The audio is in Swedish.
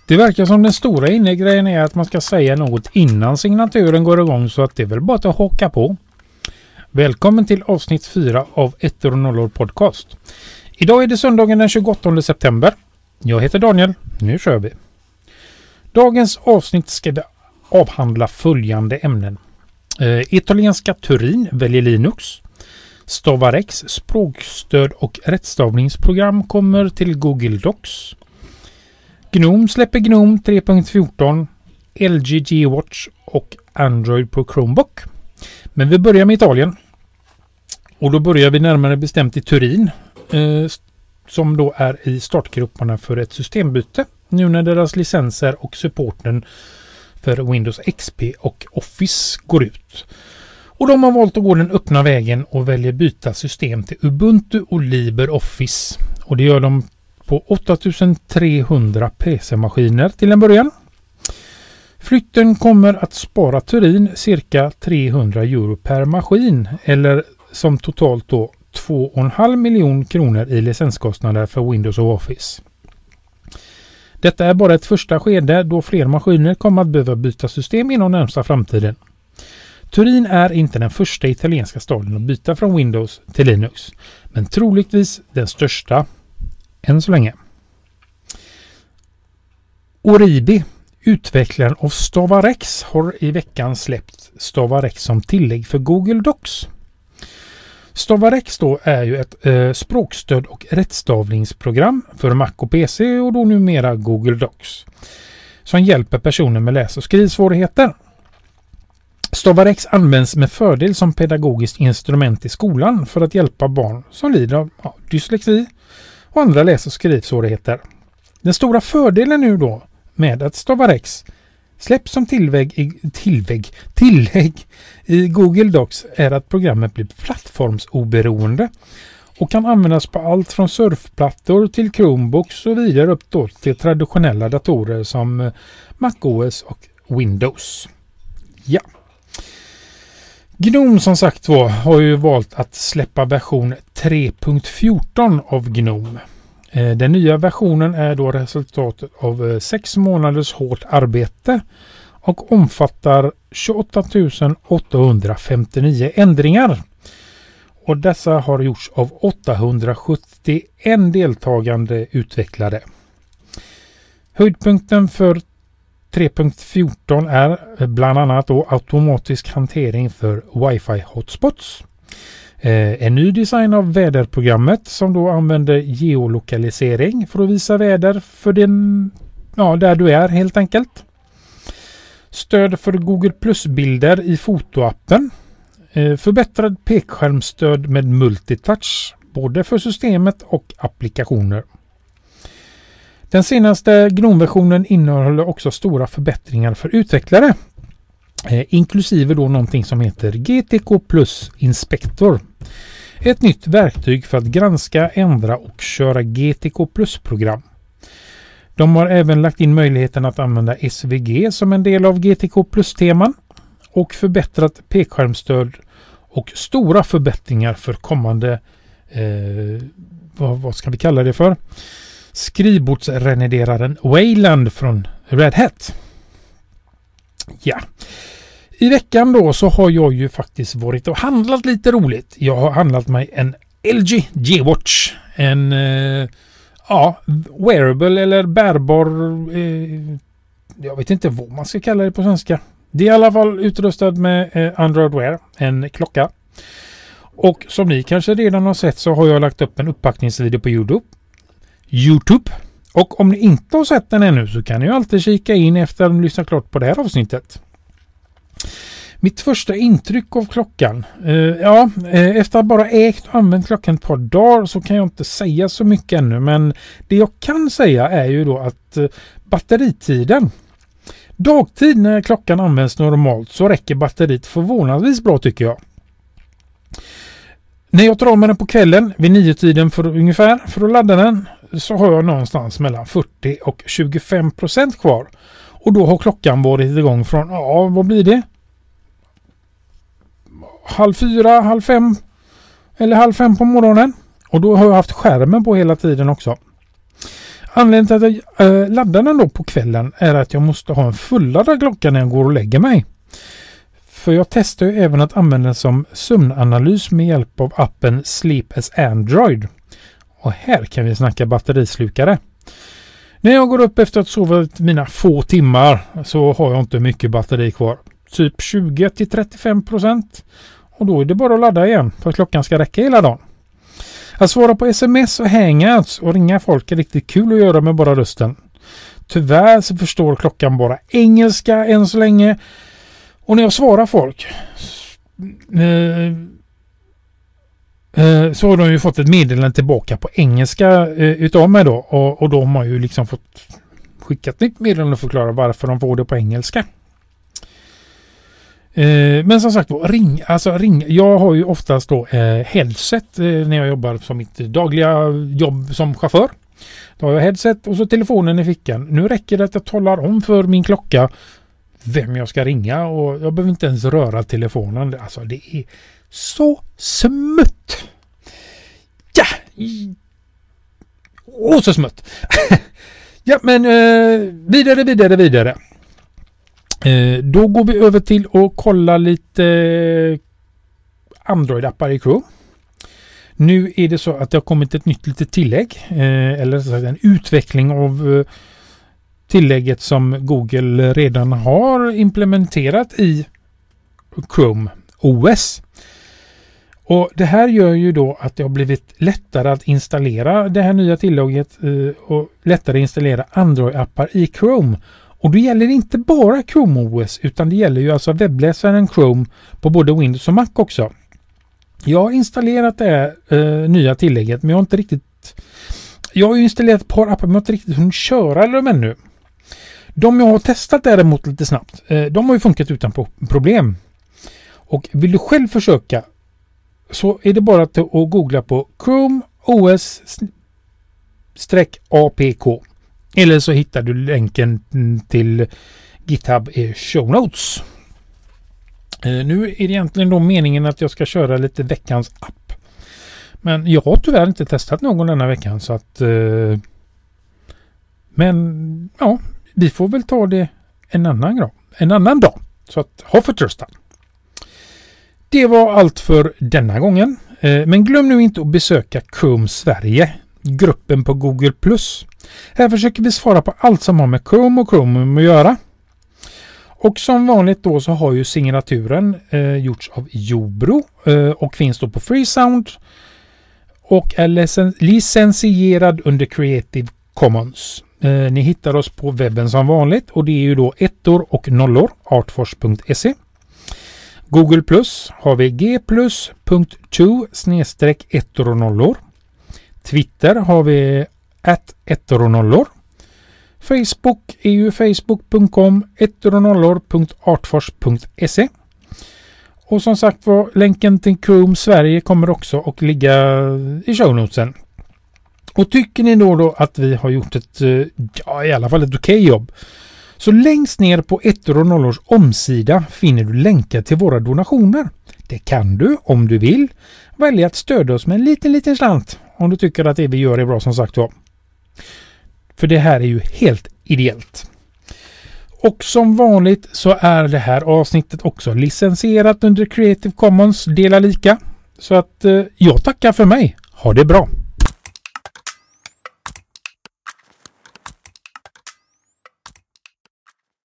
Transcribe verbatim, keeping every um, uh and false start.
Det verkar som den stora innegrejen är att man ska säga något innan signaturen går igång, så att det är väl bara att haka på. Välkommen till avsnitt fyra av Ettor och Nollor podcast. Idag är det söndagen den tjugoåttonde september. Jag heter Daniel, nu kör vi. Dagens avsnitt ska vi avhandla följande ämnen. Eh, italienska Turin väljer Linux. Stavarex språkstöd och rättstavningsprogram kommer till Google Docs. Gnome släpper Gnome tre punkt fjorton, L G G-Watch och Android på Chromebook. Men vi börjar med Italien. Och då börjar vi närmare bestämt i Turin, eh, som då är i startgrupperna för ett systembyte. Nu när deras licenser och supporten för Windows X P och Office går ut. Och de har valt att gå den öppna vägen och väljer byta system till Ubuntu och LibreOffice. Och det gör de på åtta tusen trehundra P C-maskiner till en början. Flytten kommer att spara Turin cirka trehundra euro per maskin, eller som totalt då två komma fem miljoner kronor i licenskostnader för Windows och Office. Detta är bara ett första skede, då fler maskiner kommer att behöva byta system inom närmsta framtiden. Turin är inte den första italienska staden att byta från Windows till Linux, men troligtvis den största än så länge. Oribi, utvecklaren av Stavarex, har i veckan släppt Stavarex som tillägg för Google Docs. Stavarex då är ju ett eh, språkstöd och rättstavningsprogram för Mac och P C och då numera Google Docs, som hjälper personer med läs- och skrivsvårigheter. Stavarex används med fördel som pedagogiskt instrument i skolan för att hjälpa barn som lider av ja, dyslexi och andra läs- och skrivsvårigheter. Den stora fördelen nu då med att Stavarex släpps som tillvägg i, tillvägg, tillägg i Google Docs är att programmet blir plattformsoberoende och kan användas på allt från surfplattor till Chromebooks och vidare upp då till traditionella datorer som macOS och Windows. Ja. Gnome som sagt var har ju valt att släppa version tre punkt fjorton av Gnome. Den nya versionen är då resultatet av sex månaders hårt arbete och omfattar tjugoåtta tusen åttahundrafemtionio ändringar. Och dessa har gjorts av åttahundrasjuttioen deltagande utvecklare. Höjdpunkten för tre punkt fjorton är bland annat då automatisk hantering för Wi-Fi hotspots. Eh, en ny design av väderprogrammet som då använder geolokalisering för att visa väder för den, ja, där du är helt enkelt. Stöd för Google Plus-bilder i fotoappen. Eh, förbättrad pekskärmstöd med multitouch både för systemet och applikationer. Den senaste Gnome-versionen innehåller också stora förbättringar för utvecklare. Eh, inklusive då någonting som heter G T K Plus Inspector. Ett nytt verktyg för att granska, ändra och köra G T K Plus-program. De har även lagt in möjligheten att använda S V G som en del av G T K Plus-teman och förbättrat pekskärmstöd och stora förbättringar för kommande, eh, vad, vad ska vi kalla det för? Skrivbordsrenoderaren Wayland från Red Hat. Ja. I veckan då så har jag ju faktiskt varit och handlat lite roligt. Jag har handlat mig en L G G-Watch. En eh, ja, wearable eller bärbar, eh, jag vet inte vad man ska kalla det på svenska. Det är i alla fall utrustad med eh, Android Wear, en klocka. Och som ni kanske redan har sett så har jag lagt upp en upppackningsvideo på YouTube. YouTube. Och om ni inte har sett den ännu så kan ni ju alltid kika in efter att lyssna klart på det här avsnittet. Mitt första intryck av klockan. Eh, ja, eh, efter att bara ägt och använt klockan ett par dagar så kan jag inte säga så mycket ännu. Men det jag kan säga är ju då att eh, batteritiden. Dagtid när klockan används normalt så räcker batteriet förvånansvis bra tycker jag. När jag tar med den på kvällen vid nio tiden för ungefär för att ladda den så har jag någonstans mellan fyrtio och tjugofem procent kvar. Och då har klockan varit igång från, ja vad blir det? Halv fyra, halv fem eller halv fem på morgonen. Och då har jag haft skärmen på hela tiden också. Anledningen till att jag äh, laddar den då på kvällen är att jag måste ha en fulladdad klocka när jag går och lägger mig. För jag testar ju även att använda den som sömnanalys med hjälp av appen Sleep as Android. Och här kan vi snacka batterislukare. När jag går upp efter att sova mina få timmar så har jag inte mycket batteri kvar. Typ tjugo till trettiofem procent. Och då är det bara att ladda igen för att klockan ska räcka hela dagen. Att svara på sms och hangouts och ringa folk är riktigt kul att göra med bara rösten. Tyvärr så förstår klockan bara engelska än så länge. Och när jag svarar folk eh, eh, så har de ju fått ett meddelande tillbaka på engelska eh, utav mig då. Och, och då har man ju liksom fått skicka ett nytt meddelande och förklara varför de får det på engelska. Eh, men som sagt, ring, alltså ring. Jag har ju oftast då eh, headset eh, när jag jobbar som mitt dagliga jobb som chaufför. Då har jag headset och så telefonen i fickan. Nu räcker det att jag talar om för min klocka vem jag ska ringa och jag behöver inte ens röra telefonen. Alltså det är så smutt. Ja! Åh, så smutt. Ja, men eh, vidare, vidare, vidare. Eh, då går vi över till att kolla lite Android-appar i Chrome. Nu är det så att det har kommit ett nytt litet tillägg. Eh, eller så en utveckling av eh, tillägget som Google redan har implementerat i Chrome O S. Och det här gör ju då att det har blivit lättare att installera det här nya tillägget eh, och lättare att installera Android-appar i Chrome. Och det gäller inte bara Chrome O S utan det gäller ju alltså webbläsaren Chrome på både Windows och Mac också. Jag har installerat det här eh, nya tillägget men jag har inte riktigt jag har ju installerat ett par appar men jag har inte riktigt hunnit köra dem ännu. De jag har testat däremot lite snabbt, eh, de har ju funkat utan problem. Och vill du själv försöka så är det bara att, att googla på Chrome O S-A P K. Eller så hittar du länken till GitHub i show notes. Eh, nu är det egentligen då meningen att jag ska köra lite veckans app. Men jag har tyvärr inte testat någon denna veckan så att eh, men ja, vi får väl ta det en annan dag. En annan dag. Så att ha förtröstan. Det var allt för denna gången. Eh, men glöm nu inte att besöka Chrome Sverige. Gruppen på Google plus. Här försöker vi svara på allt som har med Chrome och Chrome att göra. Och som vanligt då så har ju signaturen eh, gjorts av Jobro eh, och finns då på Freesound och är licen- licensierad under Creative Commons. Eh, ni hittar oss på webben som vanligt och det är ju då ettor och nollor artforce punkt se. Google plus har vi g plus punkt to snedstreck ettor och nollor. Twitter har vi at ettor och nollor. Facebook är ju facebook punkt com ettor och nollor punkt artforce punkt se. Och som sagt var, länken till Chrome Sverige kommer också att ligga i shownotesen. Och tycker ni då, då att vi har gjort ett, ja i alla fall ett okej jobb, så längst ner på ettor och nollors omsida finner du länkar till våra donationer. Det kan du, om du vill, välja att stödja oss med en liten, liten slant om du tycker att det vi gör är bra som sagt var. För det här är ju helt ideellt. Och som vanligt så är det här avsnittet också licensierat under Creative Commons dela lika. Så att eh, jag tackar för mig. Ha det bra!